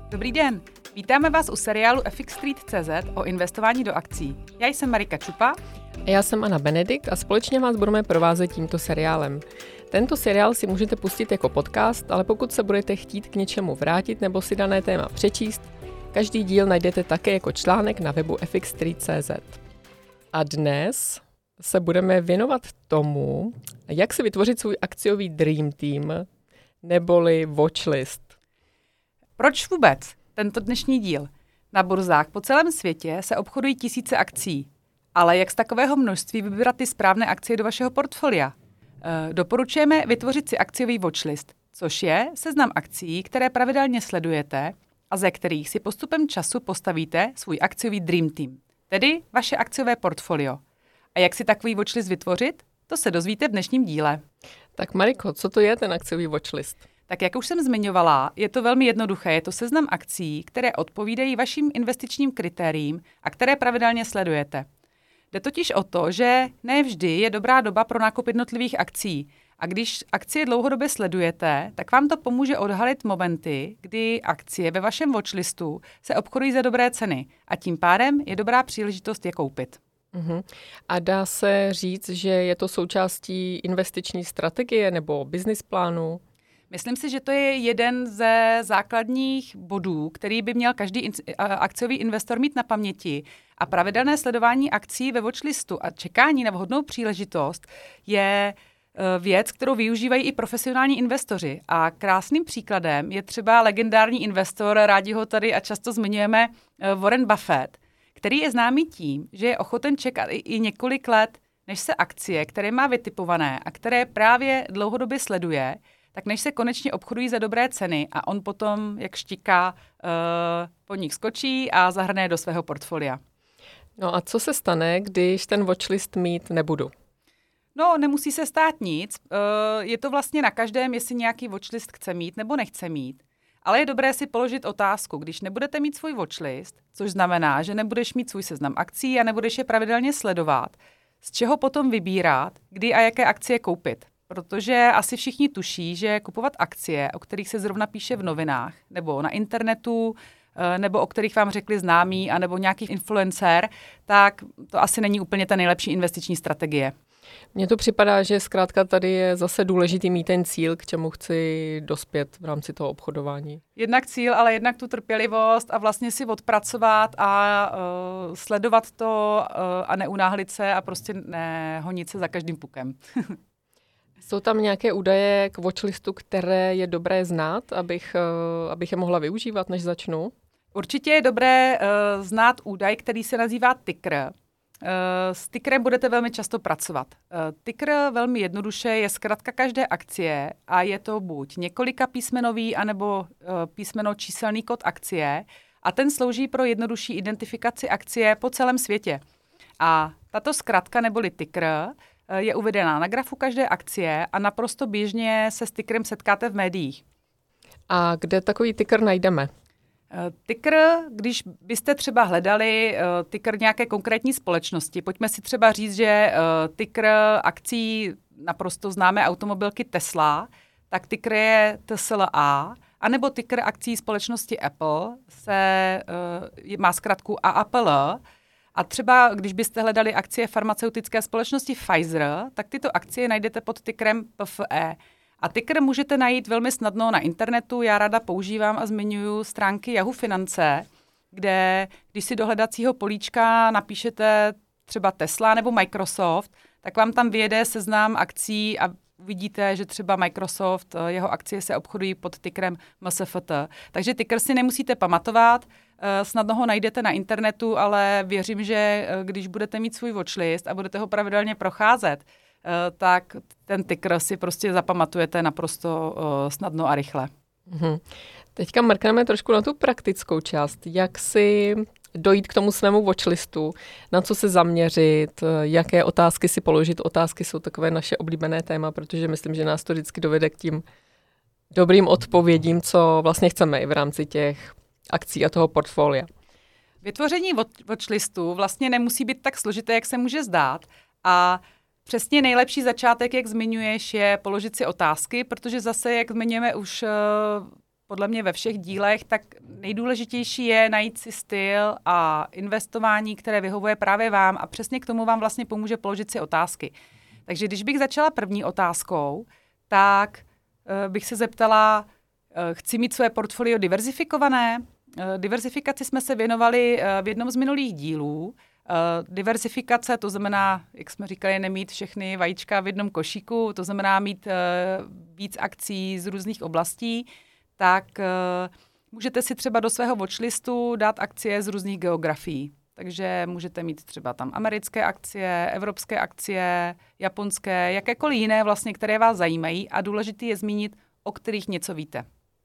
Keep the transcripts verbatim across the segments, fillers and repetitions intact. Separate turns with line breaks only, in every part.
Dobrý den, vítáme vás u seriálu F X Street tečka cé zet o investování do akcí. Já jsem Marika Čupa.
A já jsem Anna Benedikt a společně vás budeme provázet tímto seriálem. Tento seriál si můžete pustit jako podcast, ale pokud se budete chtít k něčemu vrátit nebo si dané téma přečíst, každý díl najdete také jako článek na webu F X Street tečka cé zet. A dnes se budeme věnovat tomu, jak si vytvořit svůj akciový Dream Team, neboli watchlist.
Proč vůbec tento dnešní díl? Na burzách po celém světě se obchodují tisíce akcí, ale jak z takového množství vybrat ty správné akcie do vašeho portfolia? E, doporučujeme vytvořit si akciový watchlist, což je seznam akcí, které pravidelně sledujete a ze kterých si postupem času postavíte svůj akciový Dream Team, tedy vaše akciové portfolio. A jak si takový watchlist vytvořit? To se dozvíte v dnešním díle.
Tak Mariko, co to je ten akciový watchlist?
Tak jak už jsem zmiňovala, je to velmi jednoduché. Je to seznam akcí, které odpovídají vašim investičním kritériím a které pravidelně sledujete. Jde totiž o to, že ne vždy je dobrá doba pro nákup jednotlivých akcí. A když akcie dlouhodobě sledujete, tak vám to pomůže odhalit momenty, kdy akcie ve vašem watchlistu se obchodují za dobré ceny a tím pádem je dobrá příležitost je koupit.
Uhum. A dá se říct, že je to součástí investiční strategie nebo business plánu?
Myslím si, že to je jeden ze základních bodů, který by měl každý akciový investor mít na paměti. A pravidelné sledování akcí ve watchlistu a čekání na vhodnou příležitost je věc, kterou využívají i profesionální investoři. A krásným příkladem je třeba legendární investor, rádi ho tady a často zmiňujeme, Warren Buffett, který je známý tím, že je ochoten čekat i, i několik let, než se akcie, které má vytipované a které právě dlouhodobě sleduje, tak než se konečně obchodují za dobré ceny a on potom, jak štíká, uh, po nich skočí a zahrne je do svého portfolia.
No a co se stane, když ten watchlist mít nebudu?
No, nemusí se stát nic. Uh, je to vlastně na každém, jestli nějaký watchlist chce mít nebo nechce mít. Ale je dobré si položit otázku, když nebudete mít svůj watchlist, což znamená, že nebudeš mít svůj seznam akcí a nebudeš je pravidelně sledovat, z čeho potom vybírat, kdy a jaké akcie koupit. Protože asi všichni tuší, že kupovat akcie, o kterých se zrovna píše v novinách, nebo na internetu, nebo o kterých vám řekli známí, anebo nějaký influencer, tak to asi není úplně ta nejlepší investiční strategie.
Mně to připadá, že zkrátka tady je zase důležitý mít ten cíl, k čemu chci dospět v rámci toho obchodování. Jednak
cíl, ale jednak tu trpělivost a vlastně si odpracovat a uh, sledovat to uh, a neunáhlit se a prostě nehonit se za každým pukem.
Jsou tam nějaké údaje k watchlistu, které je dobré znát, abych, uh, abych je mohla využívat, než začnu?
Určitě je dobré uh, znát údaj, který se nazývá ticker. Uh, s tickerem budete velmi často pracovat. Uh, ticker velmi jednoduše je zkratka každé akcie a je to buď několika písmenový anebo uh, písmeno číselný kód akcie a ten slouží pro jednodušší identifikaci akcie po celém světě. A tato zkratka neboli ticker uh, je uvedená na grafu každé akcie a naprosto běžně se s tickerem setkáte v médiích.
A kde takový ticker najdeme?
Ticker, když byste třeba hledali uh, ticker nějaké konkrétní společnosti, pojďme si třeba říct, že uh, ticker akcí naprosto známé automobilky Tesla, tak ticker je T S L A, anebo ticker akcí společnosti Apple se uh, má zkratku A A P L. A třeba, když byste hledali akcie farmaceutické společnosti Pfizer, tak tyto akcie najdete pod tickerem P F E. A ticker můžete najít velmi snadno na internetu. Já ráda používám a zmiňuji stránky Yahoo Finance, kde když si do hledacího políčka napíšete třeba Tesla nebo Microsoft, tak vám tam vyjede seznam akcí a vidíte, že třeba Microsoft, jeho akcie se obchodují pod tickerem M S F T. Takže ticker si nemusíte pamatovat, snadno ho najdete na internetu, ale věřím, že když budete mít svůj watchlist a budete ho pravidelně procházet, tak ten ticker si prostě zapamatujete naprosto uh, snadno a rychle.
Mhm. Teďka mrkneme trošku na tu praktickou část. Jak si dojít k tomu svému watchlistu, na co se zaměřit, jaké otázky si položit. Otázky jsou takové naše oblíbené téma, protože myslím, že nás to vždycky dovede k tím dobrým odpovědím, co vlastně chceme i v rámci těch akcí a toho portfolia.
Vytvoření watchlistu vlastně nemusí být tak složité, jak se může zdát. A přesně nejlepší začátek, jak zmiňuješ, je položit si otázky, protože zase, jak zmiňujeme už podle mě ve všech dílech, tak nejdůležitější je najít si styl a investování, které vyhovuje právě vám a přesně k tomu vám vlastně pomůže položit si otázky. Takže když bych začala první otázkou, tak uh, bych se zeptala, uh, chci mít své portfolio diverzifikované. Uh, diverzifikaci jsme se věnovali uh, v jednom z minulých dílů. Uh, diverzifikace, to znamená, jak jsme říkali, nemít všechny vajíčka v jednom košíku, to znamená mít uh, víc akcí z různých oblastí, tak uh, můžete si třeba do svého watchlistu dát akcie z různých geografií. Takže můžete mít třeba tam americké akcie, evropské akcie, japonské, jakékoliv jiné vlastně, které vás zajímají a důležité je zmínit, o kterých něco víte.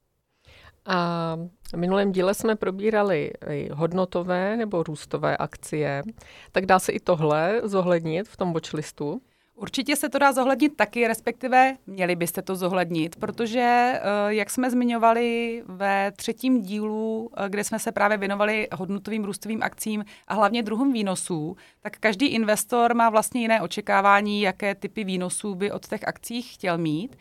A v minulém díle jsme probírali hodnotové nebo růstové akcie. Tak dá se i tohle zohlednit v tom watchlistu?
Určitě se to dá zohlednit taky, respektive měli byste to zohlednit, protože, jak jsme zmiňovali ve třetím dílu, kde jsme se právě věnovali hodnotovým růstovým akcím a hlavně druhům výnosů, tak každý investor má vlastně jiné očekávání, jaké typy výnosů by od těch akcí chtěl mít.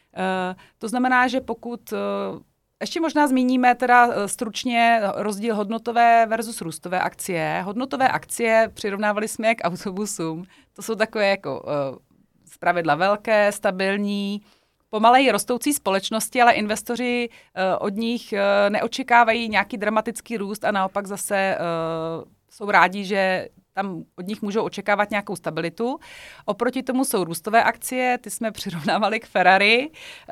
To znamená, že pokud... Ještě možná zmíníme teda stručně rozdíl hodnotové versus růstové akcie. Hodnotové akcie přirovnávali jsme jak autobusům. To jsou takové jako uh, zpravidla velké, stabilní, pomaleji rostoucí společnosti, ale investoři uh, od nich uh, neočekávají nějaký dramatický růst a naopak zase uh, jsou rádi, že tam od nich můžou očekávat nějakou stabilitu. Oproti tomu jsou růstové akcie, ty jsme přirovnávali k Ferrari.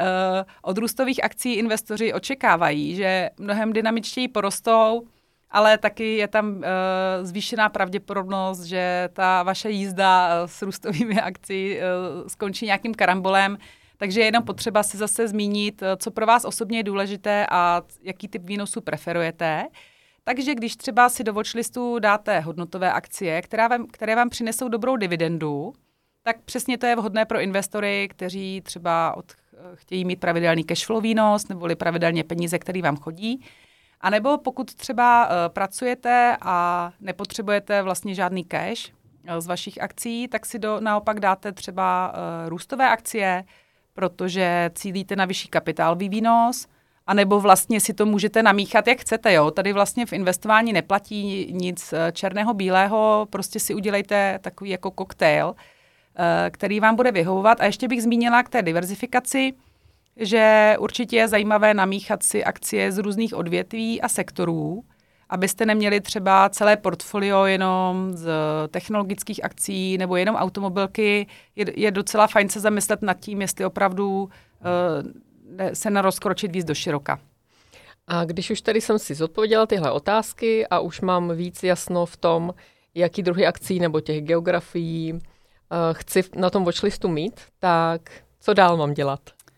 Od růstových akcí investoři očekávají, že mnohem dynamičtěji porostou, ale taky je tam zvýšená pravděpodobnost, že ta vaše jízda s růstovými akcí skončí nějakým karambolem. Takže je jenom potřeba si zase zmínit, co pro vás osobně je důležité a jaký typ výnosu preferujete. Takže když třeba si do watchlistu dáte hodnotové akcie, která vám, které vám přinesou dobrou dividendu, tak přesně to je vhodné pro investory, kteří třeba od, chtějí mít pravidelný cashflow výnos neboli pravidelně peníze, které vám chodí. A nebo pokud třeba uh, pracujete a nepotřebujete vlastně žádný cash uh, z vašich akcí, tak si do, naopak dáte třeba uh, růstové akcie, protože cílíte na vyšší kapitálový výnos, a nebo vlastně si to můžete namíchat, jak chcete. Jo? Tady vlastně v investování neplatí nic černého, bílého, prostě si udělejte takový jako koktejl, který vám bude vyhovovat. A ještě bych zmínila k té diverzifikaci, že určitě je zajímavé namíchat si akcie z různých odvětví a sektorů, abyste neměli třeba celé portfolio jenom z technologických akcí nebo jenom automobilky. Je, je docela fajn se zamyslet nad tím, jestli opravdu se narozkročit víc do široka.
A když už tady jsem si zodpověděla tyhle otázky a už mám víc jasno v tom, jaký druhy akcí nebo těch geografií uh, chci na tom watchlistu mít, tak co dál mám dělat?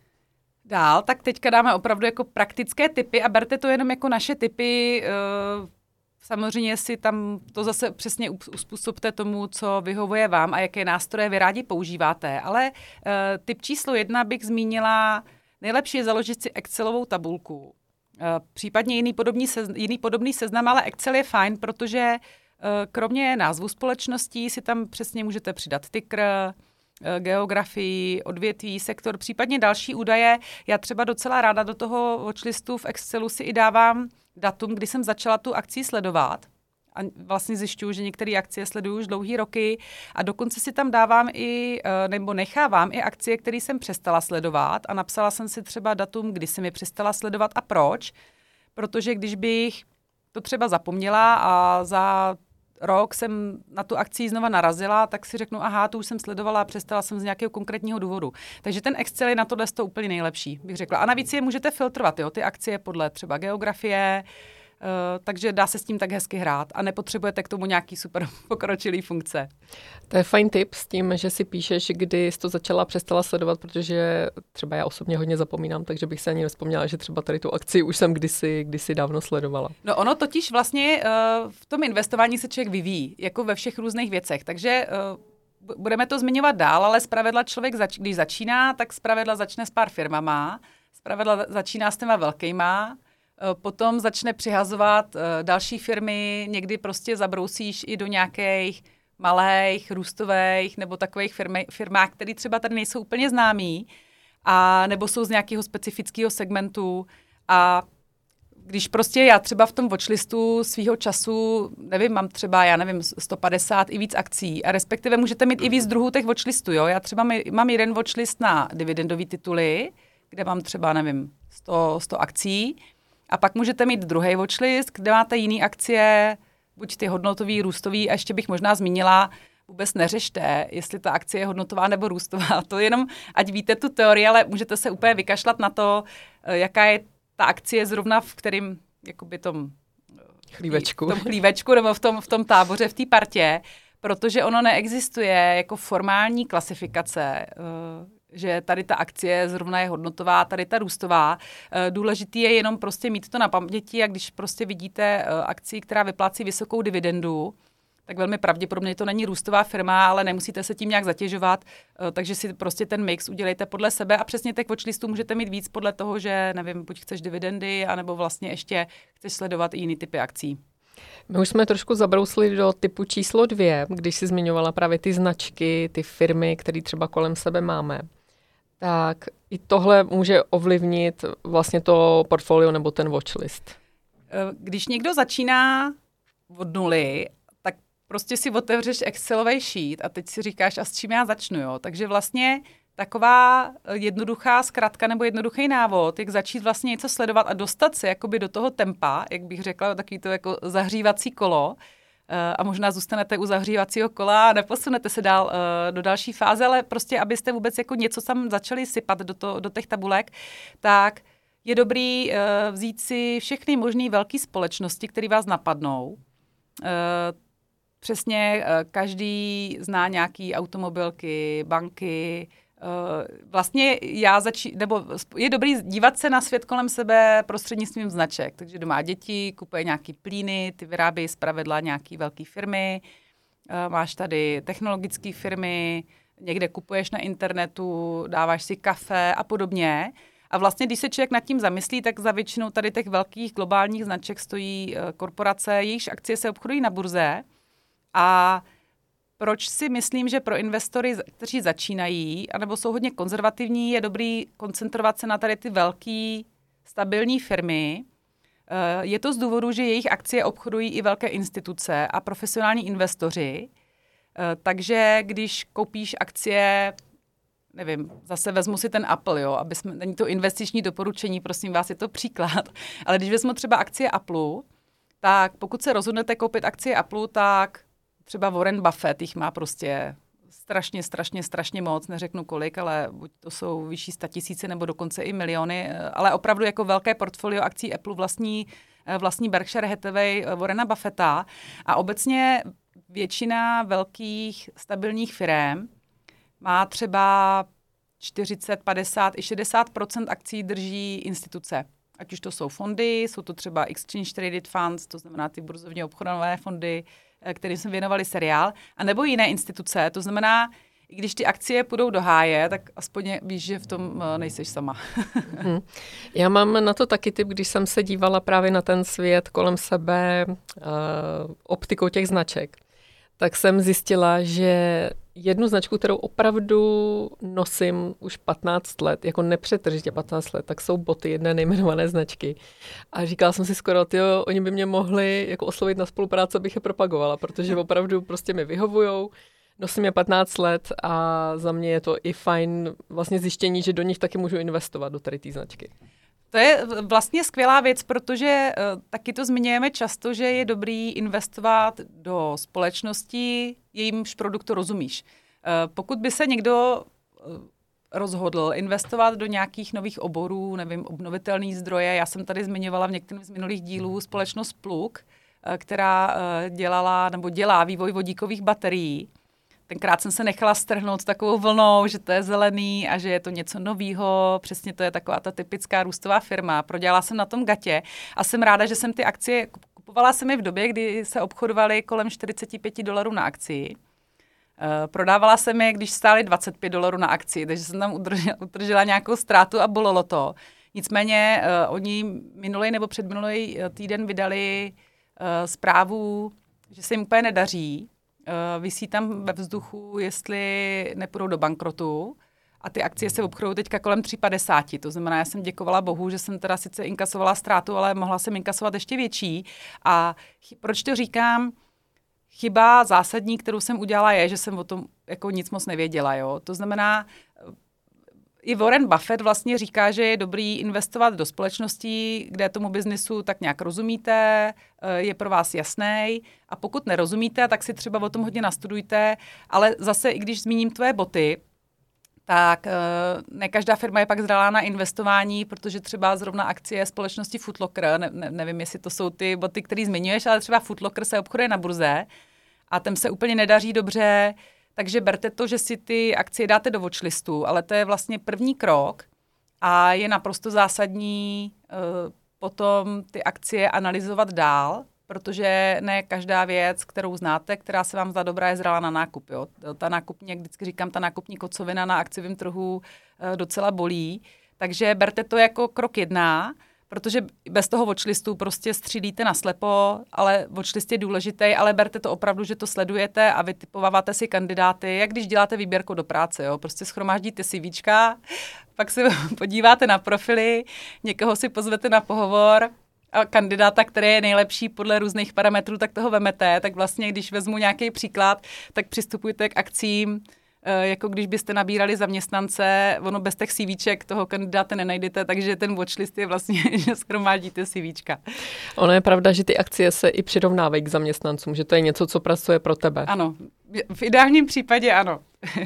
Dál, tak teďka dáme opravdu jako praktické tipy a berte to jenom jako naše tipy. Uh, samozřejmě si tam to zase přesně uspůsobte tomu, co vyhovuje vám a jaké nástroje vy rádi používáte. Ale uh, tip číslo jedna bych zmínila. Nejlepší je založit si Excelovou tabulku. Případně jiný podobný, sezn- jiný podobný seznam, ale Excel je fajn, protože kromě názvu společností si tam přesně můžete přidat ticker, geografii, odvětví, sektor, případně další údaje. Já třeba docela ráda do toho watchlistu v Excelu si i dávám datum, kdy jsem začala tu akci sledovat. A vlastně zjišťuju, že některé akcie sleduju už dlouhý roky a dokonce si tam dávám i, nebo nechávám i akcie, které jsem přestala sledovat a napsala jsem si třeba datum, kdy jsem je přestala sledovat a proč. Protože když bych to třeba zapomněla a za rok jsem na tu akci znova narazila, tak si řeknu, aha, to už jsem sledovala a přestala jsem z nějakého konkrétního důvodu. Takže ten Excel je na tohle to úplně nejlepší, bych řekla. A navíc je můžete filtrovat, jo, ty akcie podle třeba geografie, Uh, takže dá se s tím tak hezky hrát a nepotřebujete k tomu nějaký super pokročilý funkce.
To je fajn tip s tím, že si píšeš, kdy jsi to začala přestala sledovat, protože třeba já osobně hodně zapomínám, takže bych se ani nevzpomněla, že třeba tady tu akci už jsem kdysi, kdysi dávno sledovala.
No ono totiž vlastně uh, v tom investování se člověk vyvíjí, jako ve všech různých věcech, takže uh, budeme to zmiňovat dál, ale zpravidla člověk, zač- když začíná, tak zpravidla začne s pár firmama, zpravidla začíná s těma velkýma, potom začne přihazovat uh, další firmy, někdy prostě zabrousíš i do nějakých malých, růstových nebo takových firmy, firmách, které třeba tady nejsou úplně známý, a nebo jsou z nějakého specifického segmentu A když prostě já třeba v tom watchlistu svýho času, nevím, mám třeba, já nevím, sto padesát i víc akcí a respektive můžete mít i víc druhů těch watchlistů, jo. Já třeba mám jeden watchlist na dividendový tituly, kde mám třeba, nevím, sto, sto akcí a pak můžete mít druhý watchlist, kde máte jiný akcie, buď ty hodnotový, růstový a ještě bych možná zmínila, vůbec neřešte, jestli ta akcie je hodnotová nebo růstová. To jenom, ať víte tu teorii, ale můžete se úplně vykašlat na to, jaká je ta akcie zrovna v kterým jakoby tom
chlívečku,
v tom chlívečku nebo v tom, v tom táboře, v té partě, protože ono neexistuje jako formální klasifikace, že tady ta akcie zrovna je hodnotová, tady ta růstová. Důležitý je jenom prostě mít to na paměti a když prostě vidíte akci, která vyplácí vysokou dividendu, tak velmi pravděpodobně to není růstová firma, ale nemusíte se tím nějak zatěžovat, takže si prostě ten mix udělejte podle sebe a přesně těch watchlistů můžete mít víc podle toho, že nevím, buď chceš dividendy, anebo vlastně ještě chceš sledovat i jiný typy akcí.
My už jsme trošku zabrousli do typu číslo dvě, když jsi zmiňovala právě ty značky, ty firmy, které třeba kolem sebe máme. Tak i tohle může ovlivnit vlastně to portfolio nebo ten watchlist.
Když někdo začíná od nuly, prostě si otevřeš Excelový sheet a teď si říkáš, a s čím já začnu, jo? Takže vlastně taková jednoduchá zkratka nebo jednoduchý návod, jak začít vlastně něco sledovat a dostat se jakoby do toho tempa, jak bych řekla, takový to jako zahřívací kolo a možná zůstanete u zahřívacího kola a neposunete se dál do další fáze, ale prostě abyste vůbec jako něco tam začali sypat do, to, do těch tabulek, tak je dobrý vzít si všechny možné velké společnosti, které vás napadnou. Přesně každý zná nějaký automobilky, banky. Vlastně já začí, nebo je dobrý dívat se na svět kolem sebe prostřednictvím značek. Takže doma děti, kupuje nějaký plíny, ty vyrábějí zpravidla nějaký velké firmy. Máš tady technologické firmy, někde kupuješ na internetu, dáváš si kafe a podobně. A vlastně, když se člověk nad tím zamyslí, tak za většinou tady těch velkých globálních značek stojí korporace, jejichž akcie se obchodují na burze. A proč si myslím, že pro investory, kteří začínají, anebo jsou hodně konzervativní, je dobrý koncentrovat se na tady ty velké stabilní firmy. Je to z důvodu, že jejich akcie obchodují i velké instituce a profesionální investoři. Takže když koupíš akcie, nevím, zase vezmu si ten Apple, jo, aby jsme, není to investiční doporučení, prosím vás, je to příklad, ale když vezmu třeba akcie Apple, tak pokud se rozhodnete koupit akcie Apple, tak třeba Warren Buffett jich má prostě strašně, strašně, strašně moc, neřeknu kolik, ale buď to jsou vyšší statisíce nebo dokonce i miliony, ale opravdu jako velké portfolio akcí Apple vlastní, vlastní Berkshire Hathaway Warrena Buffetta a obecně většina velkých stabilních firem má třeba čtyřicet, padesát i šedesát procent akcí drží instituce. Ať už to jsou fondy, jsou to třeba exchange traded funds, to znamená ty burzovně obchodované fondy, kterým jsme věnovali seriál, a nebo jiné instituce, to znamená, i když ty akcie půjdou do háje, tak aspoň víš, že v tom nejseš sama.
hmm. Já mám na to taky tip, když jsem se dívala právě na ten svět kolem sebe uh, optikou těch značek, tak jsem zjistila, že jednu značku, kterou opravdu nosím už patnáct let, jako nepřetržitě patnáct let, tak jsou boty jedné nejmenované značky. A říkala jsem si skoro, tyjo, oni by mě mohli jako oslovit na spolupráci, abych je propagovala, protože opravdu prostě mi vyhovujou, nosím je patnáct let a za mě je to i fajn vlastně zjištění, že do nich taky můžu investovat, do tady té značky.
To je vlastně skvělá věc, protože uh, taky to zmiňujeme často, že je dobrý investovat do společnosti, jejímž produktu rozumíš. Uh, pokud by se někdo uh, rozhodl investovat do nějakých nových oborů, nevím, obnovitelný zdroje, já jsem tady zmiňovala v některém z minulých dílů společnost Plug, uh, která uh, dělala nebo dělá vývoj vodíkových baterií. Tenkrát jsem se nechala strhnout takovou vlnou, že to je zelený a že je to něco novýho. Přesně to je taková ta typická růstová firma. Prodělala jsem na tom gatě a jsem ráda, že jsem ty akcie kupovala jsem je v době, kdy se obchodovaly kolem čtyřicet pět dolarů na akcii. Uh, prodávala jsem je, když stály dvacet pět dolarů na akcii, takže jsem tam udržela, udržela nějakou ztrátu a bolelo to. Nicméně uh, oni minulý nebo předminulý týden vydali uh, zprávu, že se jim úplně nedaří. Uh, visí tam ve vzduchu, jestli nepůjdou do bankrotu. a ty akcie se obchodují teďka kolem tři padesát. To znamená, já jsem děkovala Bohu, že jsem teda sice inkasovala ztrátu, ale mohla jsem inkasovat ještě větší. A proč to říkám? Chyba zásadní, kterou jsem udělala, je, že jsem o tom jako nic moc nevěděla. Jo? To znamená, i Warren Buffett vlastně říká, že je dobrý investovat do společností, kde tomu biznisu tak nějak rozumíte, je pro vás jasný. A pokud nerozumíte, tak si třeba o tom hodně nastudujte. Ale zase, i když zmíním tvoje boty, tak ne každá firma je pak zralá na investování, protože třeba zrovna akcie společnosti Foot Locker, ne, ne, nevím, jestli to jsou ty boty, které zmiňuješ, ale třeba Foot Locker se obchoduje na burze a tam se úplně nedaří dobře, takže berte to, že si ty akcie dáte do watchlistu, ale to je vlastně první krok a je naprosto zásadní uh, potom ty akcie analyzovat dál, protože ne každá věc, kterou znáte, která se vám zdá dobrá, je zralá na nákup. Jo? Ta nákupní, jak vždycky říkám, ta nákupní kocovina na akciovém trhu uh, docela bolí. Takže berte to jako krok jedna, protože bez toho watchlistu prostě střílíte naslepo, ale watchlist je důležitý, ale berte to opravdu, že to sledujete a vytipováváte si kandidáty, jak když děláte výběrku do práce. Jo? Prostě shromáždíte CVčka, pak se podíváte na profily, někoho si pozvete na pohovor, a kandidáta, který je nejlepší podle různých parametrů, tak toho vemete. Tak vlastně, když vezmu nějaký příklad, tak přistupujte k akcím, jako když byste nabírali zaměstnance, ono bez těch CVček toho kandidáta nenajdete, takže ten watchlist je vlastně, že shromáždíte CVčka.
Ono je pravda, že ty akcie se i přirovnávají k zaměstnancům, že to je něco, co pracuje pro tebe.
Ano, v ideálním případě ano.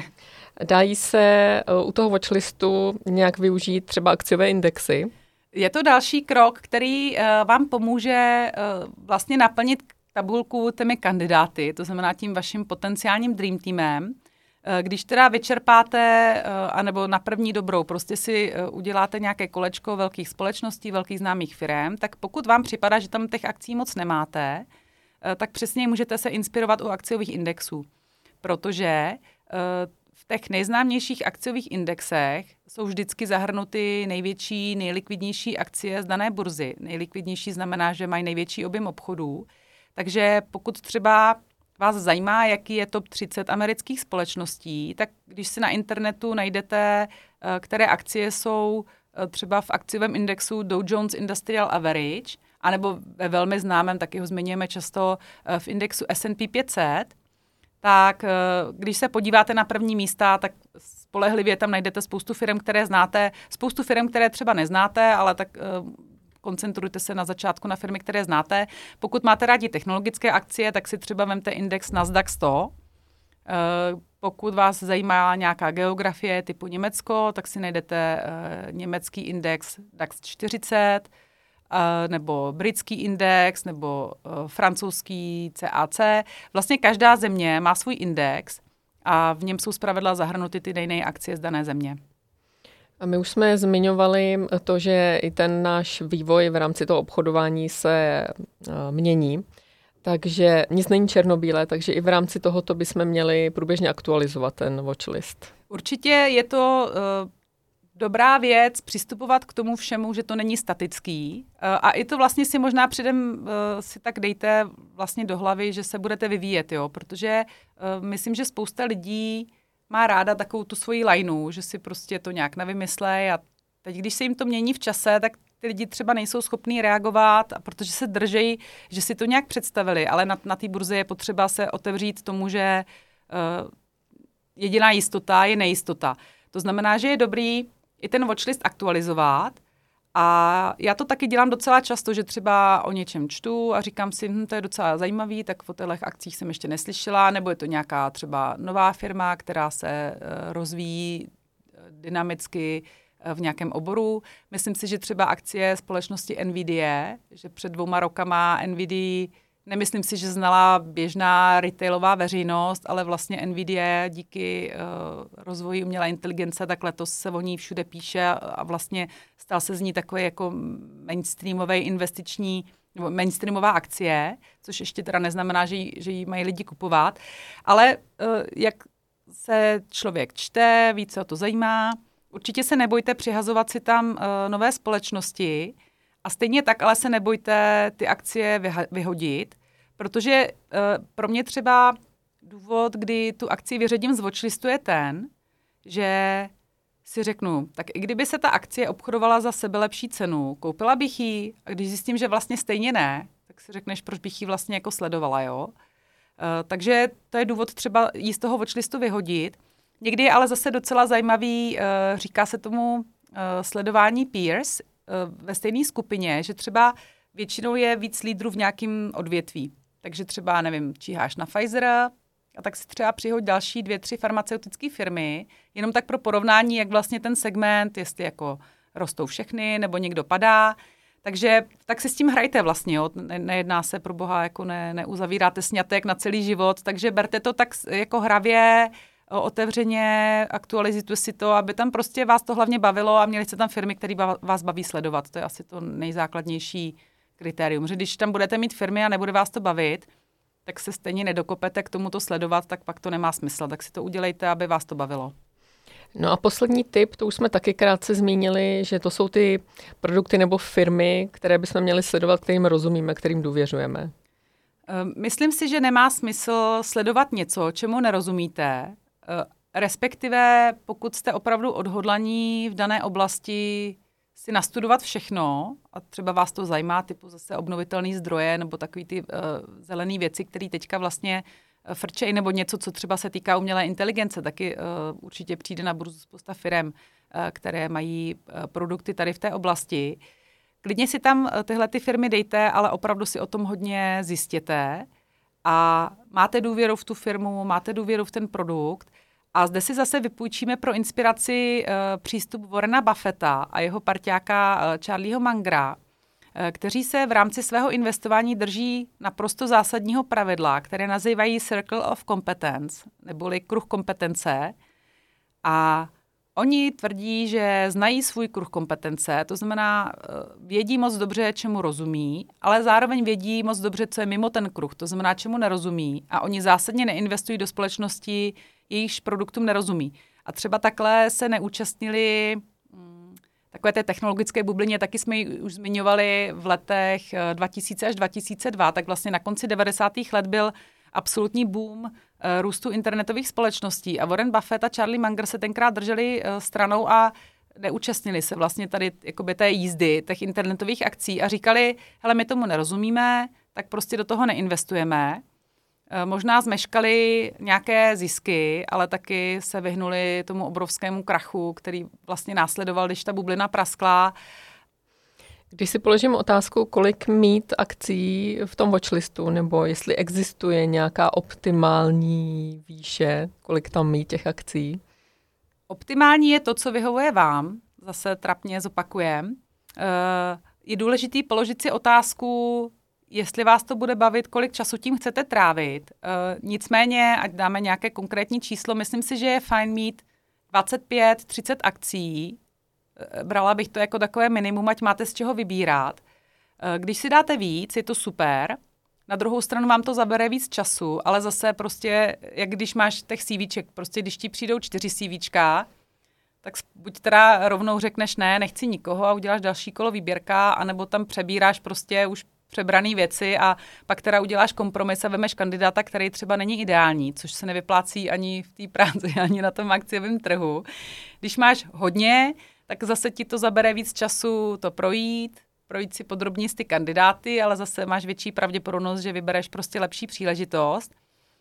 Dají se u toho watchlistu nějak využít třeba akciové indexy?
Je to další krok, který uh, vám pomůže uh, vlastně naplnit tabulku těmi kandidáty, to znamená tím vaším potenciálním dream teamem. Uh, když teda vyčerpáte, uh, anebo na první dobrou, prostě si uh, uděláte nějaké kolečko velkých společností, velkých známých firem, tak pokud vám připadá, že tam těch akcí moc nemáte, uh, tak přesně můžete se inspirovat u akciových indexů, protože uh, v těch nejznámějších akciových indexech jsou vždycky zahrnuty největší, nejlikvidnější akcie z dané burzy. Nejlikvidnější znamená, že mají největší objem obchodů. Takže pokud třeba vás zajímá, jaký je top třicet amerických společností, tak když si na internetu najdete, které akcie jsou třeba v akciovém indexu Dow Jones Industrial Average, anebo ve velmi známém, taky ho zmiňujeme často v indexu S and P pět set, tak když se podíváte na první místa, tak spolehlivě tam najdete spoustu firm, které znáte, spoustu firm, které třeba neznáte, ale tak uh, koncentrujte se na začátku na firmy, které znáte. Pokud máte rádi technologické akcie, tak si třeba vemte index Nasdaq sto. Uh, pokud vás zajímá nějaká geografie typu Německo, tak si najdete uh, německý index DAX čtyřicet, Uh, nebo britský index, nebo uh, francouzský C A C. Vlastně každá země má svůj index a v něm jsou zpravidla zahrnuty ty nejnej akcie z dané země.
A my už jsme zmiňovali to, že i ten náš vývoj v rámci toho obchodování se uh, mění, takže nic není černobílé, takže i v rámci tohoto bychom měli průběžně aktualizovat ten watchlist.
Určitě je to uh, dobrá věc přistupovat k tomu všemu, že to není statický. A i to vlastně si možná předem uh, si tak dejte vlastně do hlavy, že se budete vyvíjet, jo? Protože uh, myslím, že spousta lidí má ráda takovou tu svoji lajnu, že si prostě to nějak nevymyslej a teď, když se jim to mění v čase, tak ty lidi třeba nejsou schopní reagovat, protože se držejí, že si to nějak představili, ale na, na té burze je potřeba se otevřít tomu, že uh, jediná jistota je nejistota. To znamená, že je dobrý i ten watchlist aktualizovat a já to taky dělám docela často, že třeba o něčem čtu a říkám si, hm, to je docela zajímavý, tak o těchto akcích jsem ještě neslyšela, nebo je to nějaká třeba nová firma, která se uh, rozvíjí dynamicky uh, v nějakém oboru. Myslím si, že třeba akcie společnosti Nvidia, že před dvouma rokama Nvidia, nemyslím si, že znala běžná retailová veřejnost, ale vlastně Nvidia díky uh, rozvoji umělé inteligence, tak letos se o ní všude píše a vlastně stal se z ní takový jako mainstreamový investiční, nebo mainstreamová akcie, což ještě teda neznamená, že ji, že ji mají lidi kupovat. Ale uh, jak se člověk čte, víc se o to zajímá, určitě se nebojte přihazovat si tam uh, nové společnosti, a stejně tak, ale se nebojte ty akcie vyhodit, protože uh, pro mě třeba důvod, kdy tu akci vyřadím z watchlistu je ten, že si řeknu, tak i kdyby se ta akcie obchodovala za sebelepší cenu, koupila bych ji, a když zjistím, že vlastně stejně ne, tak si řekneš, proč bych ji vlastně jako sledovala, jo. Uh, takže to je důvod třeba jí z toho watchlistu vyhodit. Někdy je ale zase docela zajímavý, uh, říká se tomu uh, sledování peers uh, ve stejné skupině, že třeba většinou je víc lídrů v nějakém odvětví. Takže třeba, nevím, číháš na Pfizer, a tak si třeba přihoď další dvě, tři farmaceutické firmy, jenom tak pro porovnání, jak vlastně ten segment, jestli jako rostou všechny, nebo někdo padá. Takže tak si s tím hrajte vlastně, jo. Ne, nejedná se pro boha, jako ne, neuzavíráte sňatek na celý život, takže berte to tak jako hravě, otevřeně, aktualizujte si to, aby tam prostě vás to hlavně bavilo a měli jste tam firmy, které vás baví sledovat. To je asi to nejzákladnější kritérium. Že když tam budete mít firmy a nebude vás to bavit, tak se stejně nedokopete k tomu to sledovat, tak pak to nemá smysl. Tak si to udělejte, aby vás to bavilo.
No a poslední tip, to už jsme taky krátce zmínili, že to jsou ty produkty nebo firmy, které bychom měli sledovat, kterým rozumíme, kterým důvěřujeme.
Myslím si, že nemá smysl sledovat něco, čemu nerozumíte, respektive pokud jste opravdu odhodlaní v dané oblasti si nastudovat všechno a třeba vás to zajímá, typu zase obnovitelné zdroje nebo takový ty uh, zelené věci, které teďka vlastně uh, frčejí, nebo něco, co třeba se týká umělé inteligence, taky uh, určitě přijde na burzu spousta firem, uh, které mají uh, produkty tady v té oblasti. Klidně si tam uh, tyhle ty firmy dejte, ale opravdu si o tom hodně zjistěte a máte důvěru v tu firmu, máte důvěru v ten produkt. A zde si zase vypůjčíme pro inspiraci uh, přístup Warrena Buffetta a jeho parťáka uh, Charlieho Mangera, uh, kteří se v rámci svého investování drží naprosto zásadního pravidla, které nazývají Circle of Competence, neboli kruh kompetence. A oni tvrdí, že znají svůj kruh kompetence, to znamená, uh, vědí moc dobře, čemu rozumí, ale zároveň vědí moc dobře, co je mimo ten kruh, to znamená, čemu nerozumí. A oni zásadně neinvestují do společnosti, jejichž produktům nerozumí. A třeba takhle se neúčastnili hm, takové té technologické bublině, taky jsme ji už zmiňovali v letech dva tisíce až dva tisíce dva, tak vlastně na konci devadesátých let byl absolutní boom uh, růstu internetových společností a Warren Buffett a Charlie Munger se tenkrát drželi uh, stranou a neúčastnili se vlastně tady jakoby té jízdy těch internetových akcí a říkali, hele, my tomu nerozumíme, tak prostě do toho neinvestujeme. Možná zmeškali nějaké zisky, ale taky se vyhnuli tomu obrovskému krachu, který vlastně následoval, když ta bublina praskla.
Když si položím otázku, kolik mít akcí v tom watchlistu, nebo jestli existuje nějaká optimální výše, kolik tam mít těch akcí?
Optimální je to, co vyhovuje vám. Zase trapně zopakujem. Je důležitý položit si otázku, jestli vás to bude bavit, kolik času tím chcete trávit. Uh, nicméně, ať dáme nějaké konkrétní číslo, myslím si, že je fajn mít dvacet pět třicet akcí. Uh, brala bych to jako takové minimum, ať máte z čeho vybírat. Uh, když si dáte víc, je to super. Na druhou stranu vám to zabere víc času, ale zase prostě, jak když máš těch CVček, prostě když ti přijdou čtyři CVčka, tak buď teda rovnou řekneš ne, nechci nikoho a uděláš další kolo výběrka, anebo tam přebíráš prostě už přebraný věci a pak teda uděláš kompromis a vemeš kandidáta, který třeba není ideální, což se nevyplácí ani v té práci, ani na tom akciovém trhu. Když máš hodně, tak zase ti to zabere víc času to projít, projít si podrobně ty kandidáty, ale zase máš větší pravděpodobnost, že vybereš prostě lepší příležitost.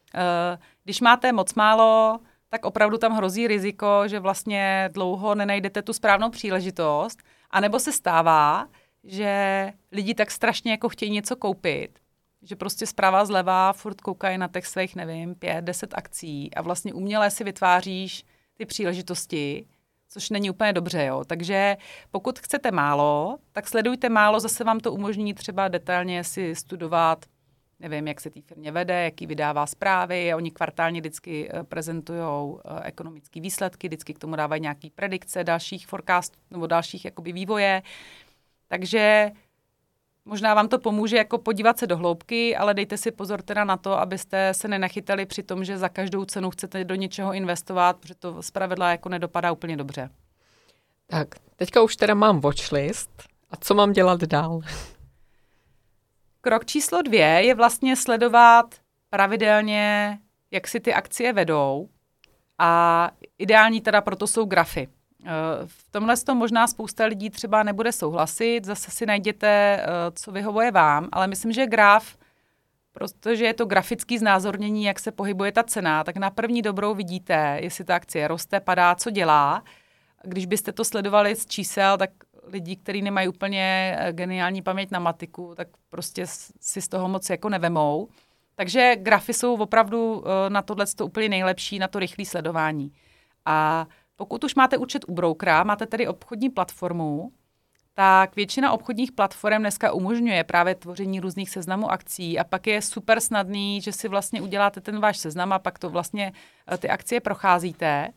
Když máte moc málo, tak opravdu tam hrozí riziko, že vlastně dlouho nenajdete tu správnou příležitost, anebo se stává, že lidi tak strašně jako chtějí něco koupit, že prostě zprava zleva furt koukají na těch svých, nevím, pět, deset akcí a vlastně uměle si vytváříš ty příležitosti, což není úplně dobře, jo. Takže pokud chcete málo, tak sledujte málo, zase vám to umožní třeba detailně si studovat, nevím, jak se té firmě vede, jaký vydává zprávy, oni kvartálně vždycky prezentují ekonomické výsledky, vždycky k tomu dávají nějaké predikce dalších forecastů nebo dalších jakoby vývoje. Takže možná vám to pomůže jako podívat se do hloubky, ale dejte si pozor teda na to, abyste se nenachytali při tom, že za každou cenu chcete do něčeho investovat, protože to zpravidla jako nedopadá úplně dobře.
Tak, teďka už teda mám watchlist. A co mám dělat dál?
Krok číslo dvě je vlastně sledovat pravidelně, jak si ty akcie vedou. A ideální teda proto jsou grafy. V tomhle to možná spousta lidí třeba nebude souhlasit, zase si najděte, co vyhovuje vám, ale myslím, že graf, protože je to grafické znázornění, jak se pohybuje ta cena, tak na první dobrou vidíte, jestli ta akcie roste, padá, co dělá. Když byste to sledovali z čísel, tak lidi, kteří nemají úplně geniální paměť na matiku, tak prostě si z toho moc jako nevemou. Takže grafy jsou opravdu na tohle úplně nejlepší, na to rychlé sledování. A pokud už máte účet u brokera, máte tedy obchodní platformu, tak většina obchodních platform dneska umožňuje právě tvoření různých seznamů akcí a pak je super snadný, že si vlastně uděláte ten váš seznam a pak to vlastně ty akcie procházíte.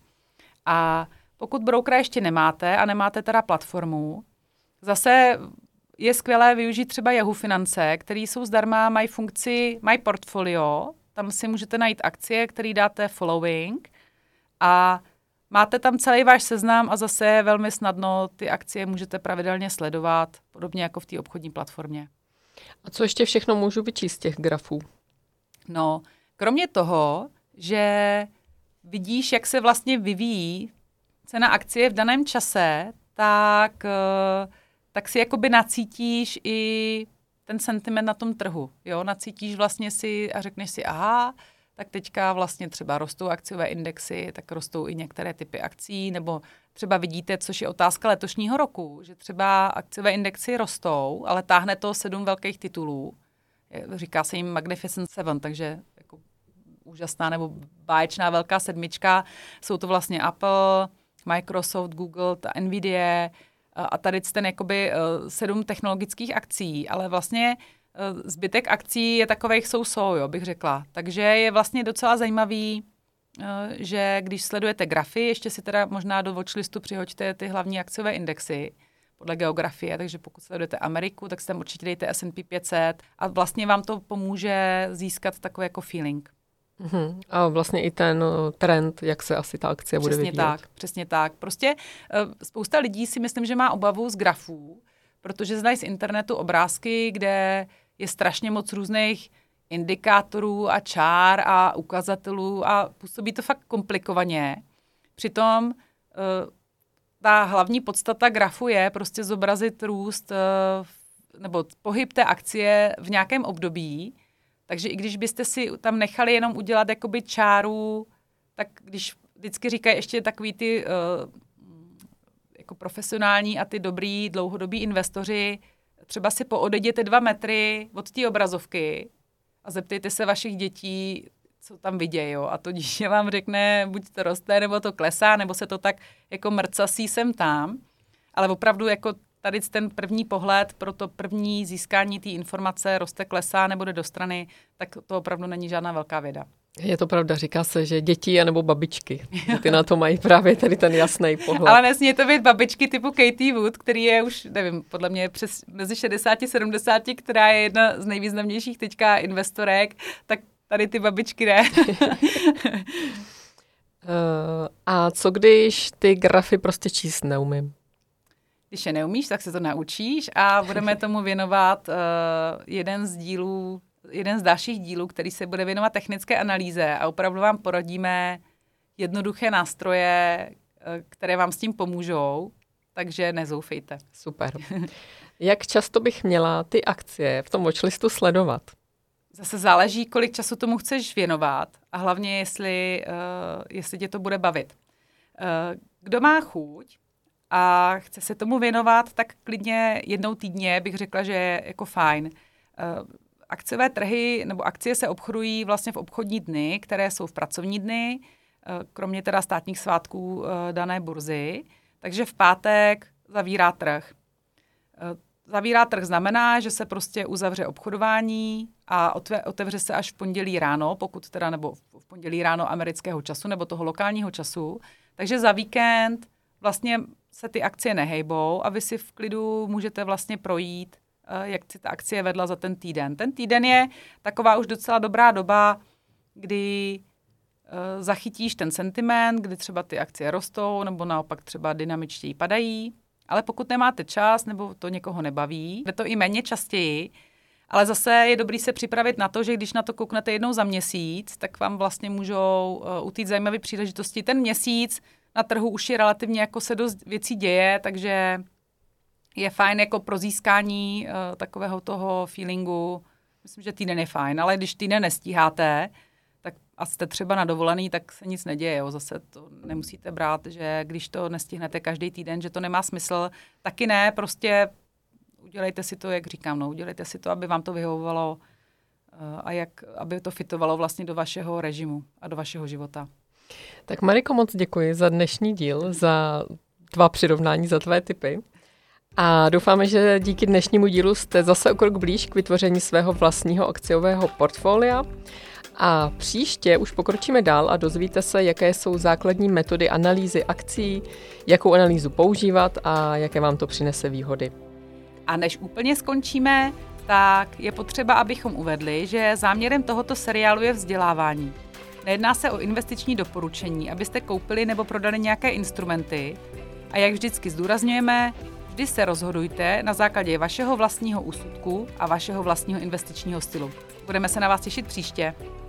A pokud brokera ještě nemáte a nemáte teda platformu, zase je skvělé využít třeba Yahoo Finance, který jsou zdarma, mají funkci My Portfolio, tam si můžete najít akcie, které dáte following a máte tam celý váš seznam a zase velmi snadno ty akcie můžete pravidelně sledovat, podobně jako v té obchodní platformě.
A co ještě všechno můžu vyčíst z těch grafů?
No, kromě toho, že vidíš, jak se vlastně vyvíjí cena akcie v daném čase, tak, tak si jakoby nacítíš i ten sentiment na tom trhu. Jo? Nacítíš vlastně si a řekneš si, aha, tak teďka vlastně třeba rostou akciové indexy, tak rostou i některé typy akcí, nebo třeba vidíte, což je otázka letošního roku, že třeba akciové indexy rostou, ale táhne to sedm velkých titulů. Říká se jim Magnificent Seven, takže jako úžasná nebo báječná velká sedmička. Jsou to vlastně Apple, Microsoft, Google, ta Nvidia a tady ten jakoby sedm technologických akcí, ale vlastně zbytek akcí je takových so-so, jo, bych řekla. Takže je vlastně docela zajímavý, že když sledujete grafy, ještě si teda možná do watchlistu přihoďte ty hlavní akciové indexy podle geografie, takže pokud sledujete Ameriku, tak si tam určitě dejte S and P pět set a vlastně vám to pomůže získat takový jako feeling.
Uhum. A vlastně i ten trend, jak se asi ta akcie bude vyvíjet.
Přesně tak, přesně tak. Prostě spousta lidí si myslím, že má obavu z grafů, protože znají z internetu obrázky, kde je strašně moc různých indikátorů a čár a ukazatelů a působí to fakt komplikovaně. Přitom ta hlavní podstata grafu je prostě zobrazit růst nebo pohyb té akcie v nějakém období. Takže i když byste si tam nechali jenom udělat jakoby čáru, tak když vždycky říkají ještě takový ty uh, jako profesionální a ty dobrý dlouhodobí investoři, třeba si poodejděte dva metry od té obrazovky a zeptejte se vašich dětí, co tam vidějí. Jo? A to dítě vám řekne, buď to roste, nebo to klesá, nebo se to tak jako mrcasí sem tam. Ale opravdu jako tady ten první pohled pro to první získání té informace roste, klesá nebo jde do strany, tak to opravdu není žádná velká věda.
Je to pravda, říká se, že děti anebo babičky. Ty na to mají právě tady ten jasný pohled.
Ale nesmí to být babičky typu Katie Wood, který je už, nevím, podle mě přes mezi šedesát a sedmdesát, která je jedna z nejvýznamnějších teďka investorek, tak tady ty babičky ne.
uh, a co když ty grafy prostě číst neumím?
Když je neumíš, tak se to naučíš a budeme tomu věnovat uh, jeden z dílů, jeden z dalších dílů, který se bude věnovat technické analýze a opravdu vám poradíme jednoduché nástroje, uh, které vám s tím pomůžou, takže nezoufejte.
Super. Jak často bych měla ty akcie v tom watchlistu sledovat?
Zase záleží, kolik času tomu chceš věnovat a hlavně, jestli, uh, jestli tě to bude bavit. Uh, kdo má chuť a chce se tomu věnovat, tak klidně jednou týdně bych řekla, že je jako fajn. Uh, akciové trhy nebo akcie se obchodují vlastně v obchodní dny, které jsou v pracovní dny, uh, kromě teda státních svátků uh, dané burzy. Takže v pátek zavírá trh. Uh, zavírá trh znamená, že se prostě uzavře obchodování a otevře se až v pondělí ráno, pokud teda nebo v pondělí ráno amerického času nebo toho lokálního času. Takže za víkend vlastně se ty akcie nehejbou a vy si v klidu můžete vlastně projít, jak si ta akcie vedla za ten týden. Ten týden je taková už docela dobrá doba, kdy uh, zachytíš ten sentiment, kdy třeba ty akcie rostou nebo naopak třeba dynamičtěji padají. Ale pokud nemáte čas nebo to někoho nebaví, je to i méně častěji, ale zase je dobrý se připravit na to, že když na to kouknete jednou za měsíc, tak vám vlastně můžou uh, utít zajímavé příležitosti. Ten měsíc na trhu už je relativně jako se dost věcí děje, takže je fajn jako pro získání uh, takového toho feelingu. Myslím, že týden je fajn, ale když týden nestíháte, tak a jste třeba na dovolený, tak se nic neděje. Jo. Zase to nemusíte brát, že když to nestihnete každý týden, že to nemá smysl. Taky ne, prostě udělejte si to, jak říkám, no, udělejte si to, aby vám to vyhovovalo uh, a jak, aby to fitovalo vlastně do vašeho režimu a do vašeho života.
Tak Mariko, moc děkuji za dnešní díl, za tvá přirovnání, za tvé tipy. A doufáme, že díky dnešnímu dílu jste zase o krok blíž k vytvoření svého vlastního akciového portfolia. A příště už pokročíme dál a dozvíte se, jaké jsou základní metody analýzy akcí, jakou analýzu používat a jaké vám to přinese výhody.
A než úplně skončíme, tak je potřeba, abychom uvedli, že záměrem tohoto seriálu je vzdělávání. Nejedná se o investiční doporučení, abyste koupili nebo prodali nějaké instrumenty. A jak vždycky zdůrazňujeme, vždy se rozhodujte na základě vašeho vlastního úsudku a vašeho vlastního investičního stylu. Budeme se na vás těšit příště.